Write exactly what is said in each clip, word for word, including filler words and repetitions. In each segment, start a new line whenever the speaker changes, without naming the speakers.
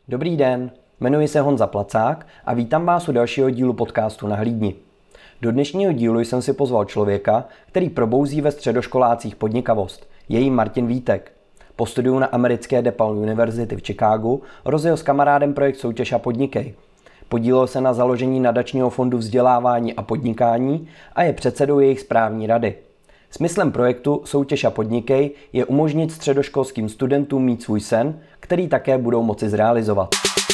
Dobrý den, jmenuji se Honza Placák a vítám vás u dalšího dílu podcastu Nahlídni. Do dnešního dílu jsem si pozval člověka, který probouzí ve středoškolácích podnikavost. Je jím Martin Vítek. Po studiu na americké DePaul University v Chicagu rozjel s kamarádem projekt Soutěž a podnikej. Podílel se na založení nadačního fondu vzdělávání a podnikání a je předsedou jejich správní rady. Smyslem projektu Soutěž a podnikej je umožnit středoškolským studentům mít svůj sen, který také budou moci zrealizovat.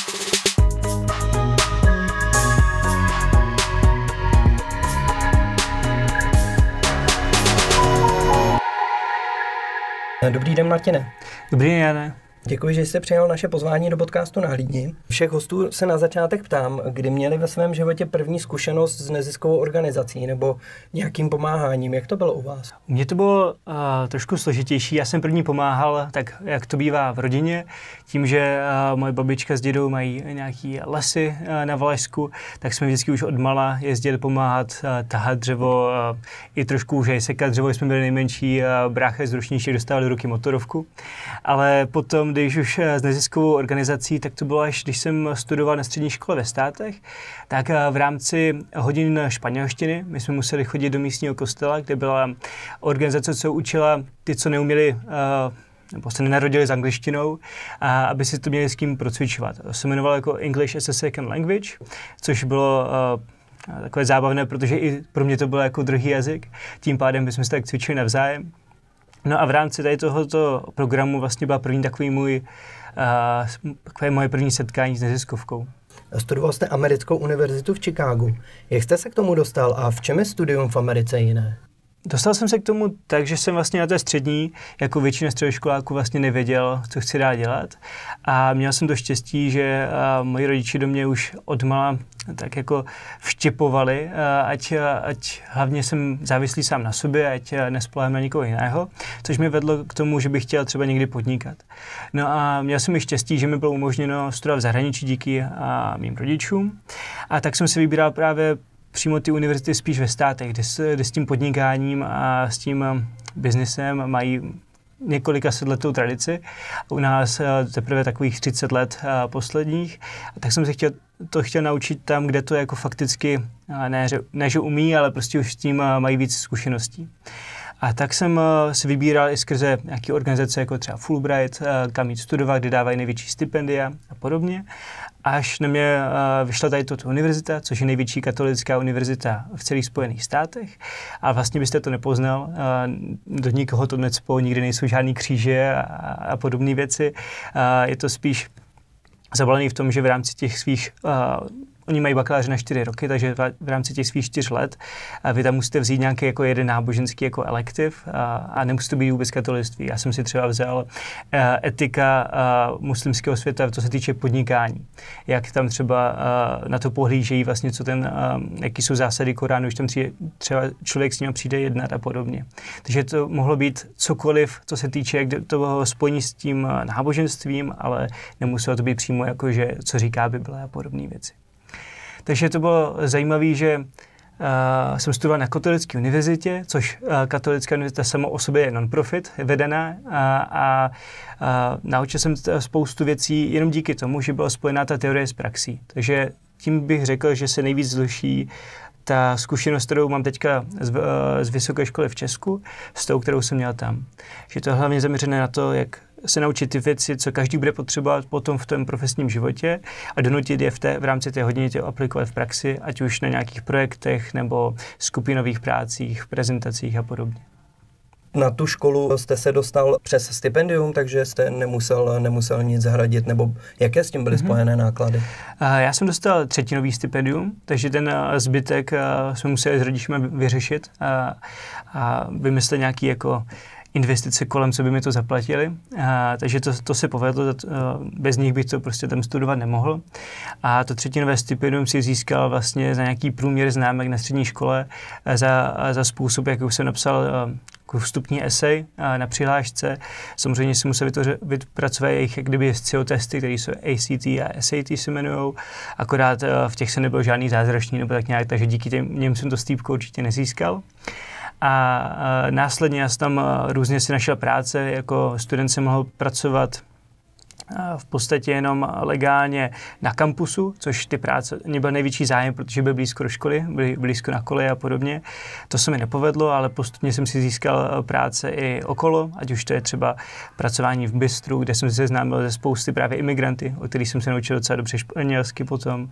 Dobrý den, Martine.
Dobrý den, Jane.
Děkuji, že jste přijal naše pozvání do podcastu Nahlídni. Všech hostů se na začátek ptám, kdy měli ve svém životě první zkušenost s neziskovou organizací nebo nějakým pomáháním. Jak to bylo u vás?
U mě to bylo uh, trošku složitější. Já jsem první pomáhal, tak jak to bývá v rodině, tím, že uh, moje babička s dědou mají nějaký lesy uh, na Valašsku, tak jsme vždycky už odmala jezdili pomáhat uh, tahat dřevo, uh, i trošku už aj sekat dřevo, jsme byli nejmenší, uh, brácha z Rušníček dostal do ruky motorovku. Ale potom, když už s neziskovou organizací, tak to bylo až, když jsem studoval na střední škole ve Státech, tak v rámci hodin španělštiny my jsme museli chodit do místního kostela, kde byla organizace, co učila ty, co neuměli, nebo se nenarodili s angličtinou, a aby si to měli s kým procvičovat. To se jmenovalo jako English as a Second Language, což bylo takové zábavné, protože i pro mě to bylo jako druhý jazyk. Tím pádem bychom se tak cvičili navzájem. No a v rámci tady tohoto programu vlastně byla první takový můj, uh, takové moje první setkání s neziskovkou.
Studoval jste americkou univerzitu v Chicagu. Jak jste se k tomu dostal a v čem je studium v Americe jiné?
Dostal jsem se k tomu tak, že jsem vlastně na té střední, jako většina středoškoláků, vlastně nevěděl, co chci dál dělat. A měl jsem to štěstí, že uh, moji rodiče do mě už odmala tak jako vštěpovali, uh, ať, uh, ať hlavně jsem závislý sám na sobě, ať uh, nespolehám na nikoho jiného, což mě vedlo k tomu, že bych chtěl třeba někdy podnikat. No a měl jsem i štěstí, že mi bylo umožněno studovat v zahraničí díky uh, mým rodičům. A tak jsem si vybíral právě přímo ty univerzity spíš ve Státech, kde s, kde s tím podnikáním a s tím biznesem mají několika set letou tradici. U nás teprve takových třicet let posledních. A tak jsem se chtěl, to chtěl naučit tam, kde to jako fakticky, ne, ne že umí, ale prostě už s tím mají víc zkušeností. A tak jsem si vybíral i skrze nějaké organizace, jako třeba Fulbright, kam jít studovat, kde dávají největší stipendia a podobně. Až na mě vyšla tady toto univerzita, což je největší katolická univerzita v celých Spojených státech. A vlastně byste to nepoznal, do nikoho to necpou, nikdy nejsou žádný kříže a, a podobné věci. Je to spíš zabalený v tom, že v rámci těch svých Oni mají bakaláře na čtyři roky, takže v rámci těch svých čtyř let vy tam musíte vzít nějaký jako jeden náboženský jako elektiv a, a nemusí to být vůbec katolictví. Já jsem si třeba vzal uh, etika uh, muslimského světa, co se týče podnikání. Jak tam třeba uh, na to pohlížejí vlastně, co ten, uh, jaký jsou zásady Koránu, když tam přijde, třeba člověk s ním přijde jednat a podobně. Takže to mohlo být cokoliv, co se týče jak toho spojení s tím náboženstvím, ale nemuselo to být přímo jako, že co říká Bible a podobné věci. Takže to bylo zajímavé, že uh, jsem studoval na katolické univerzitě, což uh, katolická univerzita sama o sobě je non-profit, je vedená a, a, a naučil jsem spoustu věcí jenom díky tomu, že byla spojená ta teorie s praxí. Takže tím bych řekl, že se nejvíc zluší ta zkušenost, kterou mám teďka z, z vysoké školy v Česku, s tou, kterou jsem měl tam. Že to je hlavně zaměřené na to, jak se naučit ty věci, co každý bude potřebovat potom v tom profesním životě a donutit je v, té, v rámci té hodiny tě aplikovat v praxi, ať už na nějakých projektech nebo skupinových prácích, prezentacích a podobně.
Na tu školu jste se dostal přes stipendium, takže jste nemusel, nemusel nic hradit, nebo jaké s tím byly mm-hmm. spojené náklady?
Já jsem dostal třetinový stipendium, takže ten zbytek jsme museli s rodiči vyřešit a, a vymyslet nějaký jako investice kolem, co by mi to zaplatili. A, takže to, to se povedlo, bez nich bych to prostě tam studovat nemohl. A to třetinové stipendium si získal vlastně za nějaký průměr známek na střední škole za, za způsob, jak už jsem napsal vstupní esej na přihlášce. Samozřejmě si musel vypracovat jejich jak kdyby S C O testy, které jsou A C T a S A T se jmenujou. Akorát v těch se nebyl žádný zázračný nebo tak nějak, takže díky těm, něm jsem to stýpko určitě nezískal. A, a následně já jsem tam různě si našel práce, jako student jsem mohl pracovat v podstatě jenom legálně na kampusu, což ty práce, mě byl největší zájem, protože byl blízko do školy, byl blízko na koleji a podobně. To se mi nepovedlo, ale postupně jsem si získal práce i okolo, ať už to je třeba pracování v bistru, kde jsem se seznámil ze spousty právě imigranty, o kterých jsem se naučil docela dobře španělsky potom,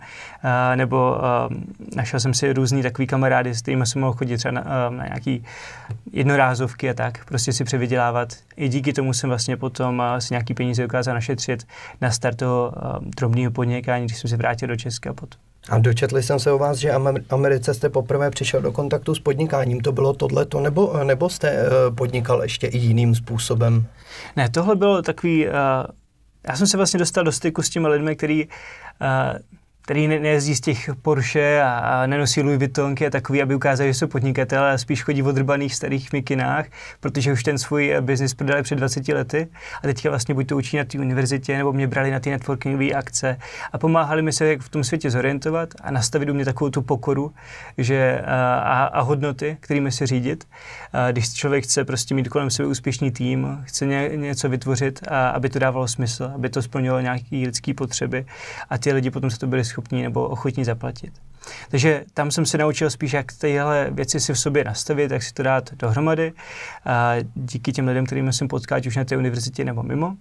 nebo našel jsem si různý takový kamarády, s kterými jsem mohl chodit třeba na, na nějaký jednorázovky a tak, prostě si převydělávat. I díky tomu jsem vlastně potom si nějaký peníze dokázal našetřit na start toho um, drobného podnikání, když jsem se vrátil do Česka potom.
A dočetli jsem se o vás, že v Americe jste poprvé přišel do kontaktu s podnikáním. To bylo tohleto, nebo, nebo jste uh, podnikal ještě i jiným způsobem?
Ne, tohle bylo takový... Uh, já jsem se vlastně dostal do styku s těmi lidmi, který... Uh, který ne- nejezdí z těch Porsche a, a nenosí Louis Vuittonky a takový, aby ukázali, že jsou podnikatelé, a spíš chodí v odrbaných starých mikinách, protože už ten svůj biznis prodali před dvaceti lety a teďka vlastně buď to učí na té univerzitě, nebo mě brali na ty networkingové akce a pomáhali mi se jak v tom světě zorientovat a nastavit u mě takovou tu pokoru že, a, a hodnoty, kterými se řídit. A když člověk chce prostě mít kolem sebe úspěšný tým, chce ně, něco vytvořit, a aby to dávalo smysl, aby to splnilo nějaké lidské potřeby a ty lidi potom se to byli schopní nebo ochotní zaplatit. Takže tam jsem se naučil spíš, jak tyhle věci si v sobě nastavit, jak si to dát dohromady. A díky těm lidem, kterými jsem potkal, už na té univerzitě nebo mimo.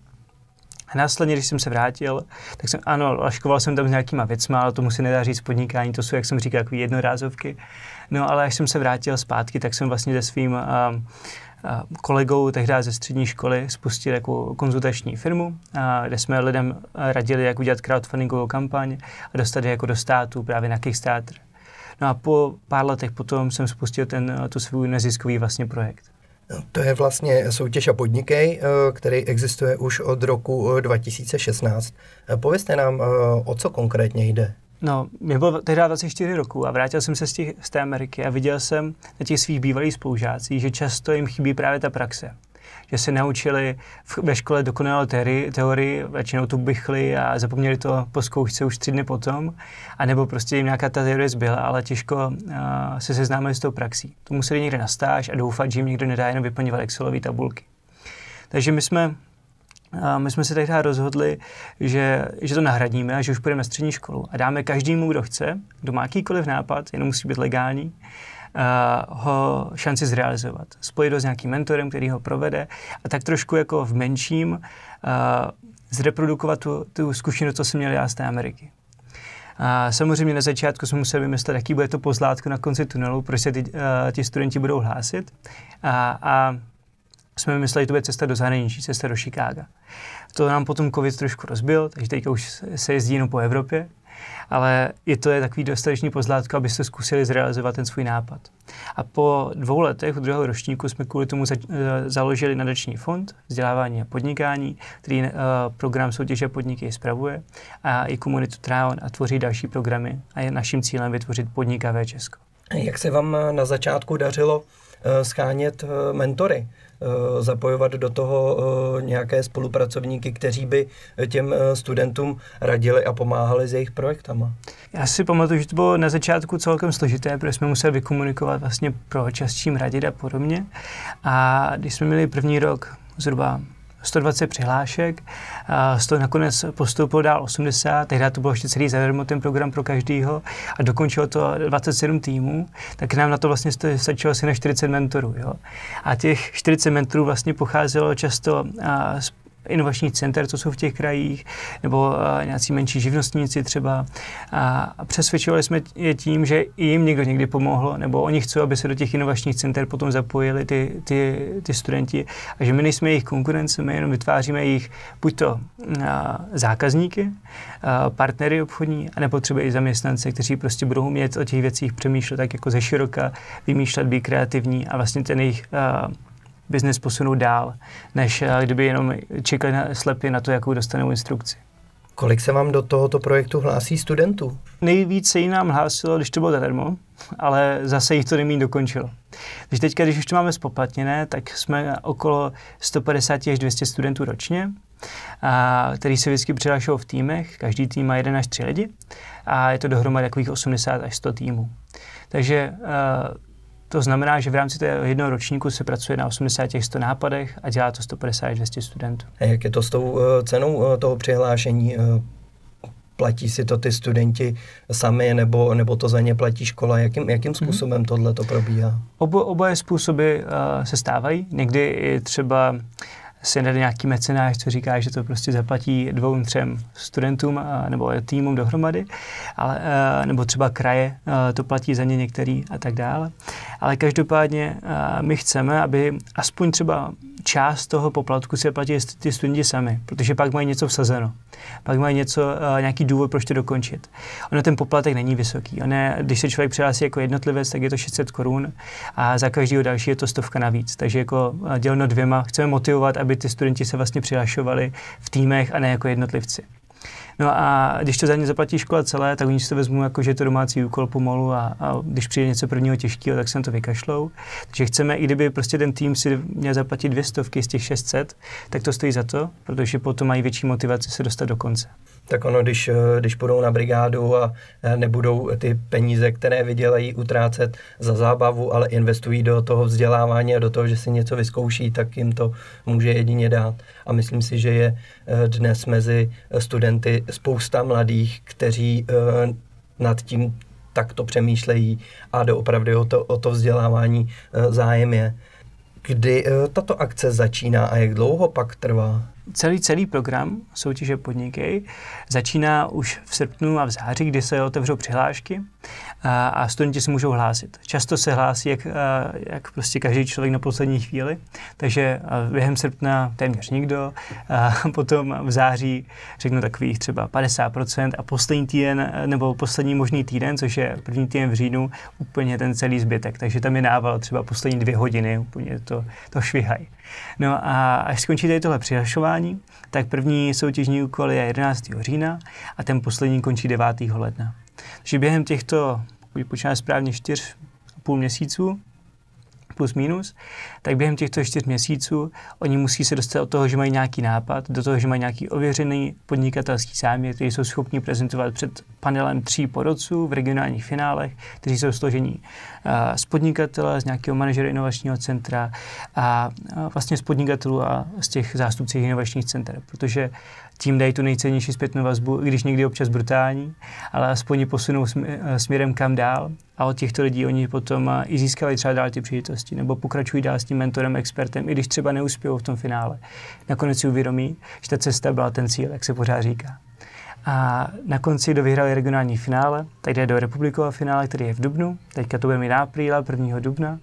A následně, když jsem se vrátil, tak jsem, ano, laškoval jsem tam s nějakýma věcma, ale tomu se nedá říct podnikání, to jsou, jak jsem říkal, takový jednorázovky. No ale až jsem se vrátil zpátky, tak jsem vlastně se svým um, kolegou tehdy ze střední školy spustili jako konzultační firmu, kde jsme lidem radili, jak udělat crowdfundingovou kampaň a dostat je jako do státu právě na Kickstarter. No a po pár letech potom jsem spustil ten, tu svůj neziskový vlastně projekt.
No, to je vlastně soutěž a podnikej, který existuje už od roku dva tisíce šestnáct. Povězte nám, o co konkrétně jde.
No, mě bylo tehdy dvacet čtyři roku a vrátil jsem se z, těch, z té Ameriky a viděl jsem na těch svých bývalých spolužácích, že často jim chybí právě ta praxe. Že se naučili v, ve škole dokonalou teorii, teorii, většinou tu bychli a zapomněli to po zkoušce už tři dny potom, anebo prostě jim nějaká ta teorie zbyla, ale těžko uh, se seznámili s tou praxí. To museli někde na stáž a doufat, že jim někdo nedá jenom vyplňovat Excelové tabulky. Takže my jsme A my jsme se tehdy rozhodli, že, že to nahradíme a že už půjdeme na střední školu a dáme každému, kdo chce, kdo má jakýkoliv nápad, jenom musí být legální, uh, ho šanci zrealizovat. Spojit ho s nějakým mentorem, který ho provede a tak trošku jako v menším uh, zreprodukovat tu, tu zkušenost, co jsem měl já z té Ameriky. A samozřejmě na začátku jsme museli vymyslet, jaký bude to pozlátko na konci tunelu, proč se ty, uh, ti studenti budou hlásit. A, a jsme vymysleli, že to bude cesta do zahraničí, cesta do Chicaga. To nám potom covid trošku rozbil, takže teďka už se jezdí jenom po Evropě, ale i to je takový dostatečný pozlátko, abyste zkusili zrealizovat ten svůj nápad. A po dvou letech od druhého ročníku jsme kvůli tomu za, založili nadační fond vzdělávání a podnikání, který uh, program soutěže podniky spravuje a i komunitu Traon a tvoří další programy a je naším cílem vytvořit podnikavé Česko.
Jak se vám na začátku dařilo uh, schánět uh, mentory? Zapojovat do toho nějaké spolupracovníky, kteří by těm studentům radili a pomáhali s jejich projektama?
Já si pamatuju, že to bylo na začátku celkem složité, protože jsme museli vykomunikovat vlastně pro čas, čím radit a podobně. A když jsme měli první rok zhruba sto dvacet přihlášek, a z toho nakonec postoupilo dál osmdesát, tehdy to bylo ještě celý zadarmo ten program pro každýho a dokončilo to dvacet sedm týmů, tak nám na to vlastně stačilo asi na čtyřicet mentorů. Jo? A těch čtyřicet mentorů vlastně pocházelo často a, z inovačních center, co jsou v těch krajích, nebo uh, nějací menší živnostníci třeba. A, a přesvědčovali jsme je tím, že i jim někdo někdy pomohl, nebo oni chcou, aby se do těch inovačních center potom zapojili ty, ty, ty studenti. A že my nejsme jejich konkurence, my jenom vytváříme jejich buď to uh, zákazníky, uh, partnery obchodní, anebo třeba i zaměstnance, kteří prostě budou umět o těch věcích přemýšlet tak jako ze široka, vymýšlet, být kreativní a vlastně ten jejich uh, biznes posunout dál, než kdyby jenom čekali na, slepě na to, jakou dostanou instrukci.
Kolik se vám do tohoto projektu hlásí studentů?
Nejvíc se jí nám hlásilo, když to bylo zadarmo, ale zase jich to nemí dokončilo. Takže teďka, když už to máme spoplatněné, tak jsme okolo sto padesát až dvě stě studentů ročně, a, který se vždycky přihlašují v týmech, každý tým má jeden až tři lidi a je to dohromady takových osmdesát až sto týmů. Takže To znamená, že v rámci toho jednoho ročníku se pracuje na osmdesáti až sto nápadech a dělá to sto padesát až dvě stě studentů.
A jak je to s tou cenou toho přihlášení? Platí si to ty studenti sami, nebo, nebo to za ně platí škola? Jakým, jakým způsobem mm-hmm. tohle to probíhá?
Obo, oboje způsoby uh, se stávají. Někdy i třeba se najde nějaký mecenáš, co říká, že to prostě zaplatí dvou, třem studentům uh, nebo týmům dohromady, ale, uh, nebo třeba kraje uh, to platí za ně některý a tak dále. Ale každopádně uh, my chceme, aby aspoň třeba část toho poplatku se platí ty studenti sami, protože pak mají něco vsazeno. Pak mají něco, uh, nějaký důvod, proč to dokončit. Ono ten poplatek není vysoký. Ono je, když se člověk přihlásí jako jednotlivec, tak je to šest set korun a za každého další je to stovka navíc. Takže jako děleno dvěma chceme motivovat, aby ty studenti se vlastně přihlašovali v týmech a ne jako jednotlivci. No a když to za ně zaplatí škola celé, tak oni si to vezmou jako, že je to domácí úkol pomalu a, a když přijde něco prvního těžkého, tak se na to vykašlou. Takže chceme, i kdyby prostě ten tým si měl zaplatit dvě stovky z těch šest set, tak to stojí za to, protože potom mají větší motivaci se dostat do konce.
Tak ono, když, když půjdou na brigádu a nebudou ty peníze, které vydělají, utrácet za zábavu, ale investují do toho vzdělávání a do toho, že si něco vyzkouší, tak jim to může jedině dát. A myslím si, že je dnes mezi studenty spousta mladých, kteří nad tím takto přemýšlejí a doopravdy o to, o to vzdělávání zájem je. Kdy tato akce začíná a jak dlouho pak trvá?
Celý, celý program soutěže Podnikej začíná už v srpnu a v září, kdy se otevřou přihlášky a, a studenti se můžou hlásit. Často se hlásí jak, jak prostě každý člověk na poslední chvíli, takže během srpna téměř nikdo, a potom v září řeknu takových třeba padesát procent a poslední týden, nebo poslední možný týden, což je první týden v říjnu, úplně ten celý zbytek, takže tam je nával třeba poslední dvě hodiny, úplně to, to švihají. No a až skončí tady tohle přihlašování, tak první soutěžní úkol je jedenáctého října a ten poslední končí devátého ledna. Takže během těchto, pokud počítáme správně, čtyř a půl měsíců, plus minus, tak během těchto čtyř měsíců oni musí se dostat od toho, že mají nějaký nápad, do toho, že mají nějaký ověřený podnikatelský záměr, který jsou schopni prezentovat před panelem tří porodců v regionálních finálech, kteří jsou složení uh, z podnikatele, z nějakého manažera inovačního centra a uh, vlastně z podnikatelů a z těch zástupců inovačních center, protože tím dají tu nejcennější zpětnou vazbu, když někdy občas brutální, ale aspoň ji posunou směrem kam dál a od těchto lidí oni potom i získávají třeba dál ty příležitosti nebo pokračují dál s tím mentorem, expertem, i když třeba neuspějou v tom finále. Nakonec si uvědomí, že ta cesta byla ten cíl, jak se pořád říká. A na konci, kdo vyhrál regionální finále, tak jde do republikového finále, který je v dubnu, teďka to bude mít apríla, prvního dubna.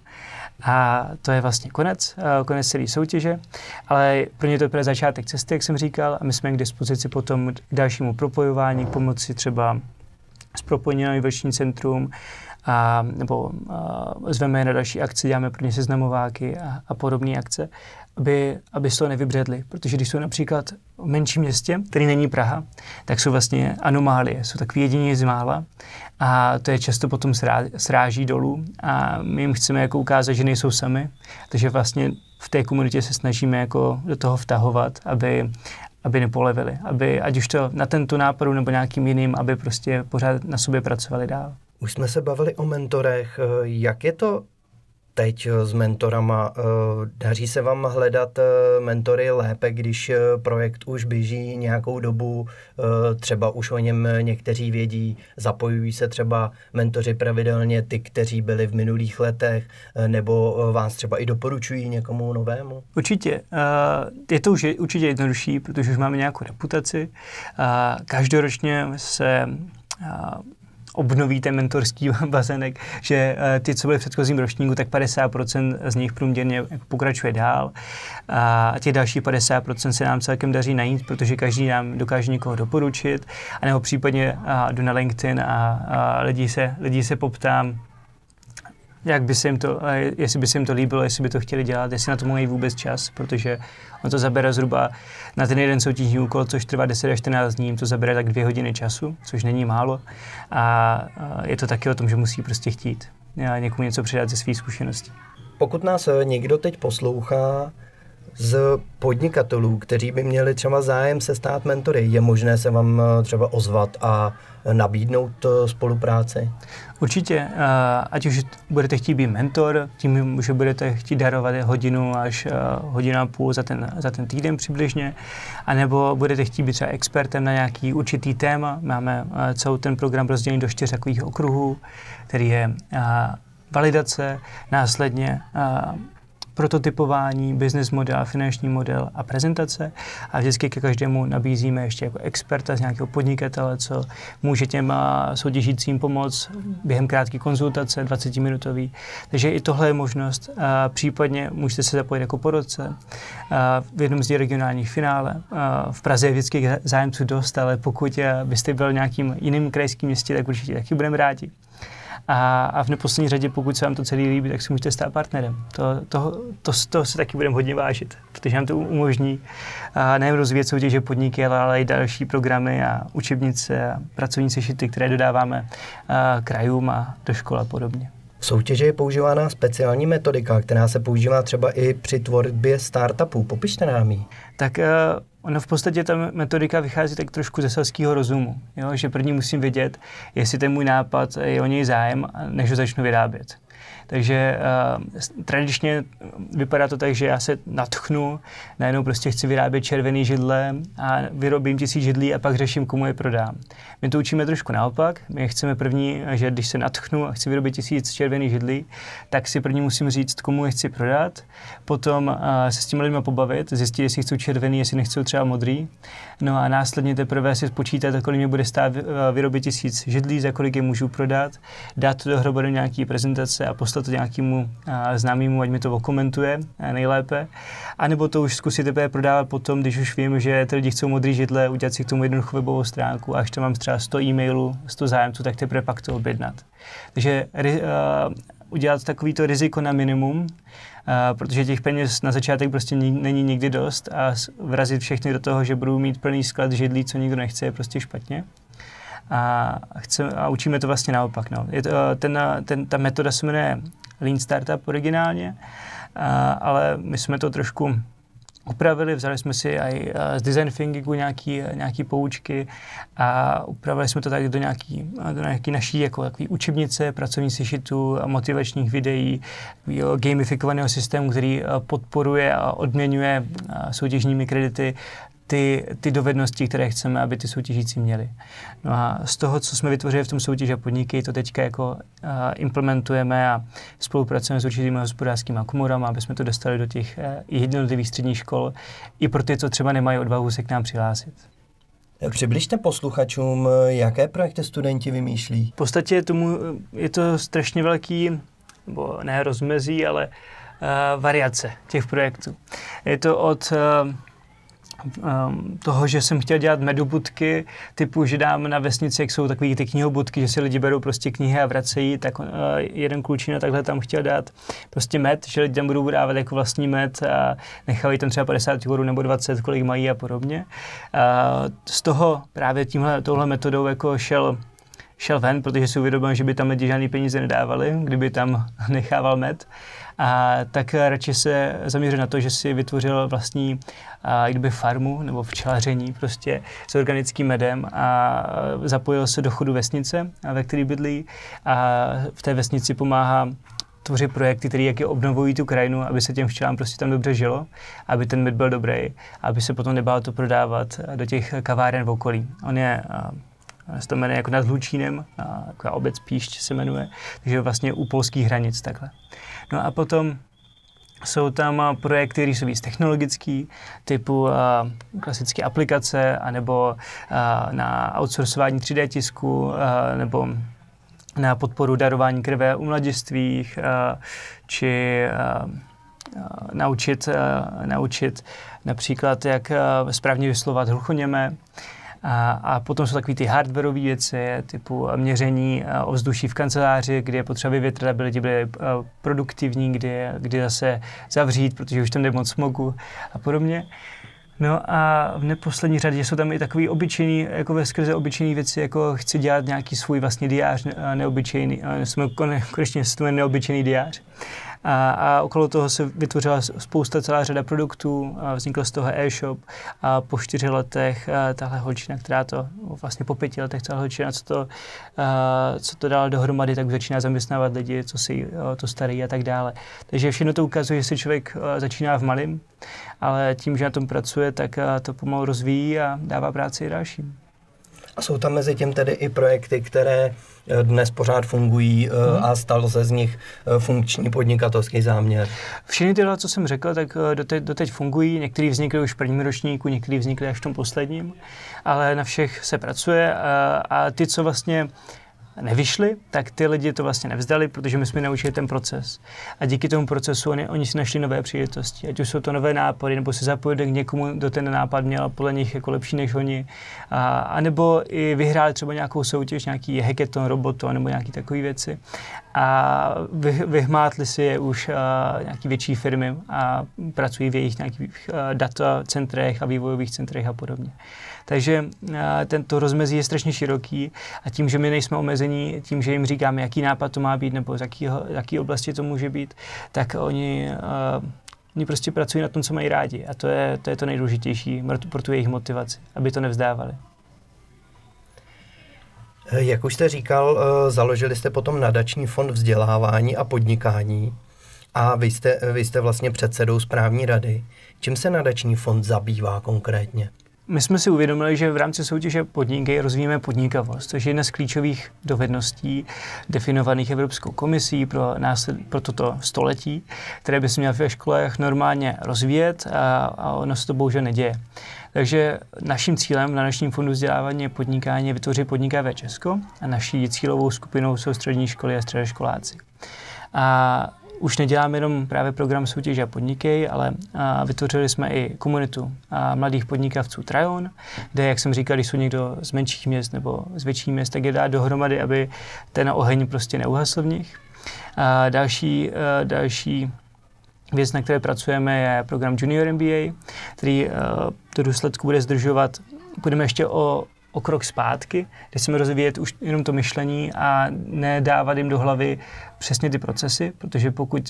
A to je vlastně konec, konec celé soutěže, ale pro ně to je začátek cesty, jak jsem říkal, a my jsme k dispozici potom k dalšímu propojování, k pomoci třeba s propojením na inovační centrum, a, nebo a, zveme je na další akce, děláme pro ně seznamováky a, a podobné akce, aby, aby z toho nevybředli, protože když jsou například v menším městě, který není Praha, tak jsou vlastně anomálie, jsou takový jediní z mála a to je často potom srá, sráží dolů a my jim chceme jako ukázat, že nejsou sami, takže vlastně v té komunitě se snažíme jako do toho vtahovat, aby, aby nepolevili, aby ať už to na tento nápadu nebo nějakým jiným, aby prostě pořád na sobě pracovali dál.
Už jsme se bavili o mentorech, jak je to teď s mentorama? Daří se vám hledat mentory lépe, když projekt už běží nějakou dobu, třeba už o něm někteří vědí, zapojují se třeba mentoři pravidelně, ty, kteří byli v minulých letech, nebo vás třeba i doporučují někomu novému?
Určitě. Je to už určitě jednodušší, protože už máme nějakou reputaci. Každoročně se obnoví ten mentorský bazének, že ty, co byly v předchozím ročníku, tak padesát procent z nich průměrně pokračuje dál a těch další padesát procent se nám celkem daří najít, protože každý nám dokáže někoho doporučit, anebo případně jdu na LinkedIn a, a lidi, se, lidi se poptám, jak by se jim to, jestli by se jim to líbilo, jestli by to chtěli dělat, jestli na to mají vůbec čas, protože on to zabere zhruba na ten jeden soutěžní úkol, což trvá deset až čtrnáct dní, to zabere tak dvě hodiny času, což není málo. A je to taky o tom, že musí prostě chtít někomu něco předat ze svých zkušeností.
Pokud nás někdo teď poslouchá, z podnikatelů, kteří by měli třeba zájem se stát mentory, je možné se vám třeba ozvat a nabídnout spolupráci?
Určitě, ať už budete chtít být mentor, tím, že budete chtít darovat hodinu až hodinu a půl za ten, za ten týden přibližně, anebo budete chtít být třeba expertem na nějaký určitý téma. Máme celý ten program rozdělený do čtyř takových okruhů, který je validace, následně prototypování, business model, finanční model a prezentace. A vždycky ke každému nabízíme ještě jako experta z nějakého podnikatele, co může těm soutěžícím pomoct během krátké konzultace, dvacetiminutový. Takže i tohle je možnost. A případně můžete se zapojit jako porodce a v jednom z regionálních finále. A v Praze je vždycky zájemců dost, ale pokud byste byl v nějakým jiným krajským městě, tak určitě taky budeme rádi. A, a v neposlední řadě, pokud se vám to celý líbí, tak si můžete stát partnerem. To, to, to, to se taky budeme hodně vážit, protože nám to umožní nejen rozvíjet soutěže podniky, ale i další programy a učebnice a pracovní sešity, které dodáváme a, krajům a do škol a podobně.
V soutěži je používána speciální metodika, která se používá třeba i při tvorbě startupů. Popište nám ji.
Tak uh, ono v podstatě ta metodika vychází tak trošku ze selského rozumu, jo? Že první musím vědět, jestli ten můj nápad je o něj zájem, než ho začnu vyrábět. Takže uh, tradičně vypadá to tak, že já se nadchnu, najednou prostě chci vyrábět červený židle a vyrobím tisíc židlí a pak řeším, komu je prodám. My to učíme trošku naopak. My chceme první, že když se nadchnu a chci vyrobit tisíc červených židlí, tak si první musím říct, komu je chci prodat, potom uh, se s těmi lidmi pobavit, zjistit, jestli chcou červený, jestli nechcou třeba modrý. No a následně teprve si spočítat, kolik mě bude stát vyrobit tisíc židlí, za kolik je můžu prodat, dát to dohromady do nějaký prezentace a poslat to nějakému známému, ať mi to okomentuje nejlépe. A nebo to už zkusit teprve prodávat potom, když už vím, že ty lidi chcou modrý židle, udělat si k tomu jednoduchou webovou stránku a až tam mám třeba sto e-mailů, sto zájemců, tak teprve pak to objednat. Takže uh, udělat takovýto riziko na minimum, uh, protože těch peněz na začátek prostě ni- není nikdy dost a vrazit všechny do toho, že budou mít plný sklad židlí, co nikdo nechce, je prostě špatně. A, chce, a učíme to vlastně naopak. No. Je to, ten, ten, ta metoda se jmenuje Lean Startup originálně, a, ale my jsme to trošku upravili, vzali jsme si i z design thinkingu nějaký, nějaký poučky a upravili jsme to tak do nějaký, do nějaký naší jako takový učebnice, pracovní sešitu a motivačních videí, gamifikovaného systému, který podporuje a odměňuje soutěžními kredity Ty, ty dovednosti, které chceme, aby ty soutěžící měli. No a z toho, co jsme vytvořili v tom soutěži a podniky, to teďka jako uh, implementujeme a spolupracujeme s určitými hospodářskými komorami, aby jsme to dostali do těch uh, jednotlivých středních škol, i pro ty, co třeba nemají odvahu se k nám přihlásit.
Přibližte posluchačům, jaké projekty studenti vymýšlí.
V podstatě tomu je to strašně velký, nebo ne rozmezí, ale uh, variace těch projektů. Je to od uh, Um, toho, že jsem chtěl dělat medobudky, typu, že dám na vesnici, jak jsou takový ty knihobudky, že si lidi berou prostě knihy a vracejí, tak uh, jeden klučina takhle tam chtěl dát prostě med, že lidi tam budou dávat jako vlastní med a nechávají tam třeba padesát korun nebo dvacet, kolik mají a podobně. Uh, z toho právě tímhle, touhle metodou jako šel šel ven, protože si uvědomil, že by tam lidi žádný peníze nedávali, kdyby tam nechával med. A tak radši se zaměřil na to, že si vytvořil vlastní a, kdyby farmu nebo včelaření prostě s organickým medem a zapojil se do chodu vesnice, ve které bydlí a v té vesnici pomáhá tvořit projekty, které jak je obnovují tu krajinu, aby se těm včelám prostě tam dobře žilo, aby ten med byl dobrý, aby se potom nebálo to prodávat do těch kaváren v okolí. On je se to jmenuje jako nad Hlučínem, taková obec Píšť se jmenuje, takže vlastně u polských hranic takhle. No a potom jsou tam projekty, které jsou víc technologický, typu uh, klasické aplikace, anebo uh, na outsourcování tři dé tisku, uh, nebo na podporu darování krve u mladistvých, uh, či uh, uh, naučit, uh, naučit například, jak uh, správně vyslovovat hluchoněmé. A, a potom jsou takové ty hardwareové věci, typu měření ovzduší v kanceláři, kdy je potřeba vyvětrat, aby lidi byli produktivní, kdy, kdy zase zavřít, protože už tam jde moc smogu a podobně. No a v neposlední řadě jsou tam i takový obyčejný, jako ve skrze obyčejný věci, jako chci dělat nějaký svůj vlastní diář neobyčejný, jsme konečně se to jmenuje neobyčejný diář. A, a okolo toho se vytvořila spousta, celá řada produktů, a vznikl z toho e-shop a po čtyři letech tahle holčina, která to, vlastně po pěti letech tahle holčina, co to, a, co to dala dohromady, tak začíná zaměstnávat lidi, co si to starají a tak dále. Takže všechno to ukazuje, že se člověk začíná v malém, ale tím, že na tom pracuje, tak to pomalu rozvíjí a dává práci i dalším.
A jsou tam mezi tím tedy i projekty, které dnes pořád fungují hmm. a stal se z nich funkční podnikatelský záměr?
Všechny tyhle, co jsem řekl, tak doteď, doteď fungují. Některý vznikly už v prvním ročníku, některý vznikly až v tom posledním, ale na všech se pracuje a, a ty, co vlastně nevyšli, tak ty lidi to vlastně nevzdali, protože my jsme naučili ten proces. A díky tomu procesu oni, oni si našli nové příležitosti. Ať už jsou to nové nápady, nebo se zapojili k někomu, kdo ten nápad měl podle nich jako lepší než oni. A, a nebo i vyhráli třeba nějakou soutěž, nějaký hackathon, roboto, nebo nějaké takové věci. A vy, vyhmátli si je už a, nějaký větší firmy a pracují v jejich nějakých a, data centrech a vývojových centrech a podobně. Takže tento rozmezí je strašně široký a tím, že my nejsme omezení, tím, že jim říkáme, jaký nápad to má být nebo z jakého, jaký oblasti to může být, tak oni, uh, oni prostě pracují na tom, co mají rádi a to je to, je to nejdůležitější pro tu jejich motivaci, aby to nevzdávali.
Jak už jste říkal, založili jste potom nadační fond vzdělávání a podnikání a vy jste, vy jste vlastně předsedou správní rady. Čím se nadační fond zabývá konkrétně?
My jsme si uvědomili, že v rámci soutěže Podnikej rozvíjíme podnikavost, což je jedna z klíčových dovedností definovaných Evropskou komisí pro, násled, pro toto století, které by se měly ve školách normálně rozvíjet a, a ono se to bohužel neděje. Takže naším cílem na naším fondu vzdělávání a podnikání je vytvořit podnikavé Česko a naší cílovou skupinou jsou střední školy a středoškoláci. A už neděláme jenom právě program soutěže a Podnikej, ale a, vytvořili jsme i komunitu a, mladých podnikavců Trajon, kde, jak jsem říkal, když jsou někdo z menších měst nebo z větších měst, tak je dá dohromady, aby ten oheň prostě neuhasl v nich. A další, a, další věc, na které pracujeme, je program Junior M B A, který a, do důsledku bude zdržovat, budeme ještě o o krok zpátky, kde chceme rozvíjet už jenom to myšlení a nedávat jim do hlavy přesně ty procesy, protože pokud,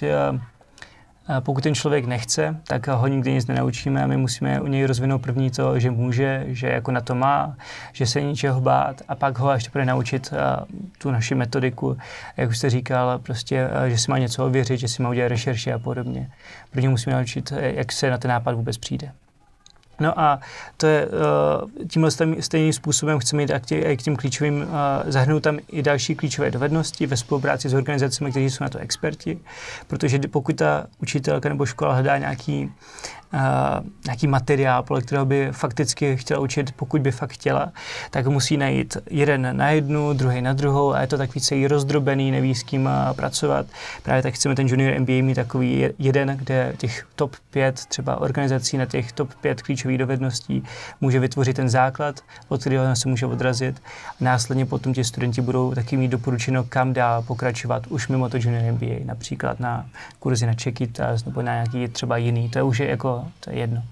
pokud ten člověk nechce, tak ho nikdy nic nenaučíme a my musíme u něj rozvinout první to, že může, že jako na to má, že se ničeho bát a pak ho až teprve naučit tu naši metodiku, jak už jste říkal, prostě, že si má něco ověřit, že si má udělat rešerši a podobně. Prvně musíme naučit, jak se na ten nápad vůbec přijde. No a to je, tímhle stejným způsobem chceme jít i k těm klíčovým, zahrnout tam i další klíčové dovednosti ve spolupráci s organizacemi, kteří jsou na to experti, protože pokud ta učitelka nebo škola hledá nějaký, nějaký materiál, podle kterého by fakticky chtěla učit, pokud by fakt chtěla, tak musí najít jeden na jednu, druhý na druhou a je to tak více i rozdrobený, neví s kým pracovat. Právě tak chceme ten Junior M B A mít takový jeden, kde těch top pět třeba organizací na těch top pět klíčových dovedností může vytvořit ten základ, od kterého se může odrazit. Následně potom ti studenti budou taky mít doporučeno, kam dál pokračovat už mimo to Junior M B A, například na kurzy na Czechitas nebo na nějaký třeba jiný. To je už je jako, to je jedno.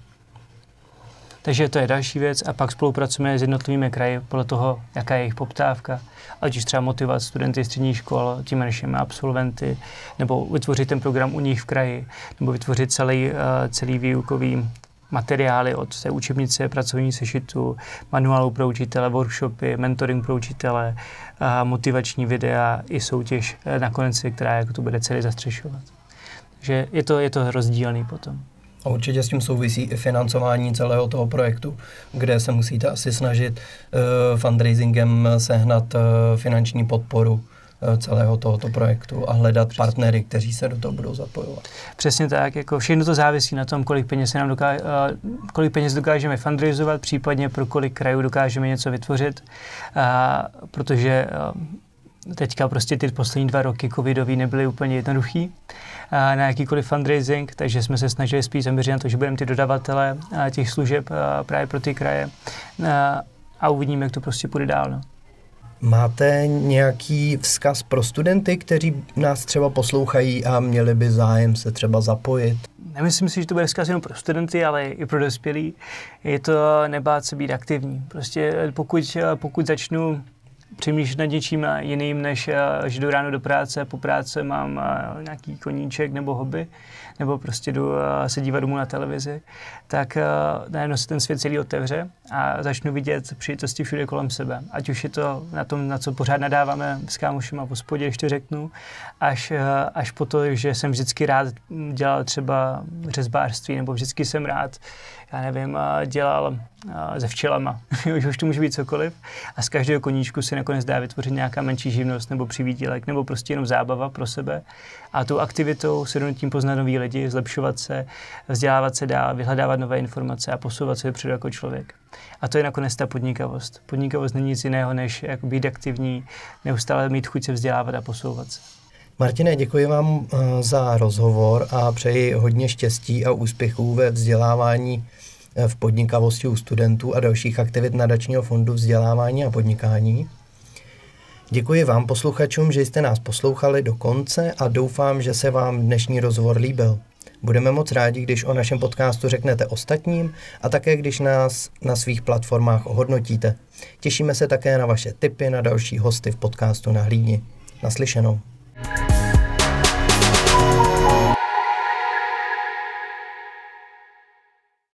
Takže to je další věc a pak spolupracujeme s jednotlivými kraji podle toho, jaká je jejich poptávka, ať už třeba motivovat studenty středních škol, tím našimi absolventy, nebo vytvořit ten program u nich v kraji, nebo vytvořit celý, celý výukový materiály od té učebnice, pracovní sešitu, manuálu pro učitele, workshopy, mentoring pro učitele, motivační videa i soutěž na konci, která jako to bude celý zastřešovat. Takže je to, je to rozdílný potom.
A určitě s tím souvisí i financování celého toho projektu, kde se musíte asi snažit uh, fundraisingem sehnat uh, finanční podporu uh, celého tohoto projektu a hledat Přesně. partnery, kteří se do toho budou zapojovat.
Přesně tak, jako všechno to závisí na tom, kolik peněz, se nám dokáže, uh, kolik peněz dokážeme fundraizovat, případně pro kolik krajů dokážeme něco vytvořit, uh, protože uh, teďka prostě ty poslední dva roky covidový nebyly úplně jednoduchý na jakýkoliv fundraising, takže jsme se snažili spíš zaměřit na to, že budeme ty dodavatele těch služeb právě pro ty kraje a uvidíme, jak to prostě půjde dál. No.
Máte nějaký vzkaz pro studenty, kteří nás třeba poslouchají a měli by zájem se třeba zapojit?
Nemyslím si, že to bude vzkaz jenom pro studenty, ale i pro dospělí. Je to nebát se být aktivní. Prostě pokud, pokud začnu přemýšlet nad něčím jiným, než že jdu ráno do práce, po práci mám nějaký koníček nebo hobby, nebo prostě jdu se dívat domů na televizi, tak najednou se ten svět celý otevře a začnu vidět příležitosti všude kolem sebe. Ať už je to na tom, na co pořád nadáváme s kámošima v hospodě, když to řeknu, až, až po to, že jsem vždycky rád dělal třeba řezbářství, nebo vždycky jsem rád, já nevím, dělal se včelama, už to může být cokoliv. A z každého koníčku se nakonec dá vytvořit nějaká menší živnost nebo přivýdělek, nebo prostě jenom zábava pro sebe. A tou aktivitou se donutím poznat nový lidi, zlepšovat se, vzdělávat se dál, vyhledávat nové informace a posouvat se dopředu jako člověk. A to je nakonec ta podnikavost. Podnikavost není nic jiného, než jako být aktivní, neustále mít chuť se vzdělávat a posouvat se.
Martine, děkuji vám za rozhovor a přeji hodně štěstí a úspěchů ve vzdělávání v podnikavosti u studentů a dalších aktivit Nadačního fondu vzdělávání a podnikání. Děkuji vám, posluchačům, že jste nás poslouchali do konce a doufám, že se vám dnešní rozhovor líbil. Budeme moc rádi, když o našem podcastu řeknete ostatním a také, když nás na svých platformách ohodnotíte. Těšíme se také na vaše tipy na další hosty v podcastu Na hlídni. Naslyšenou.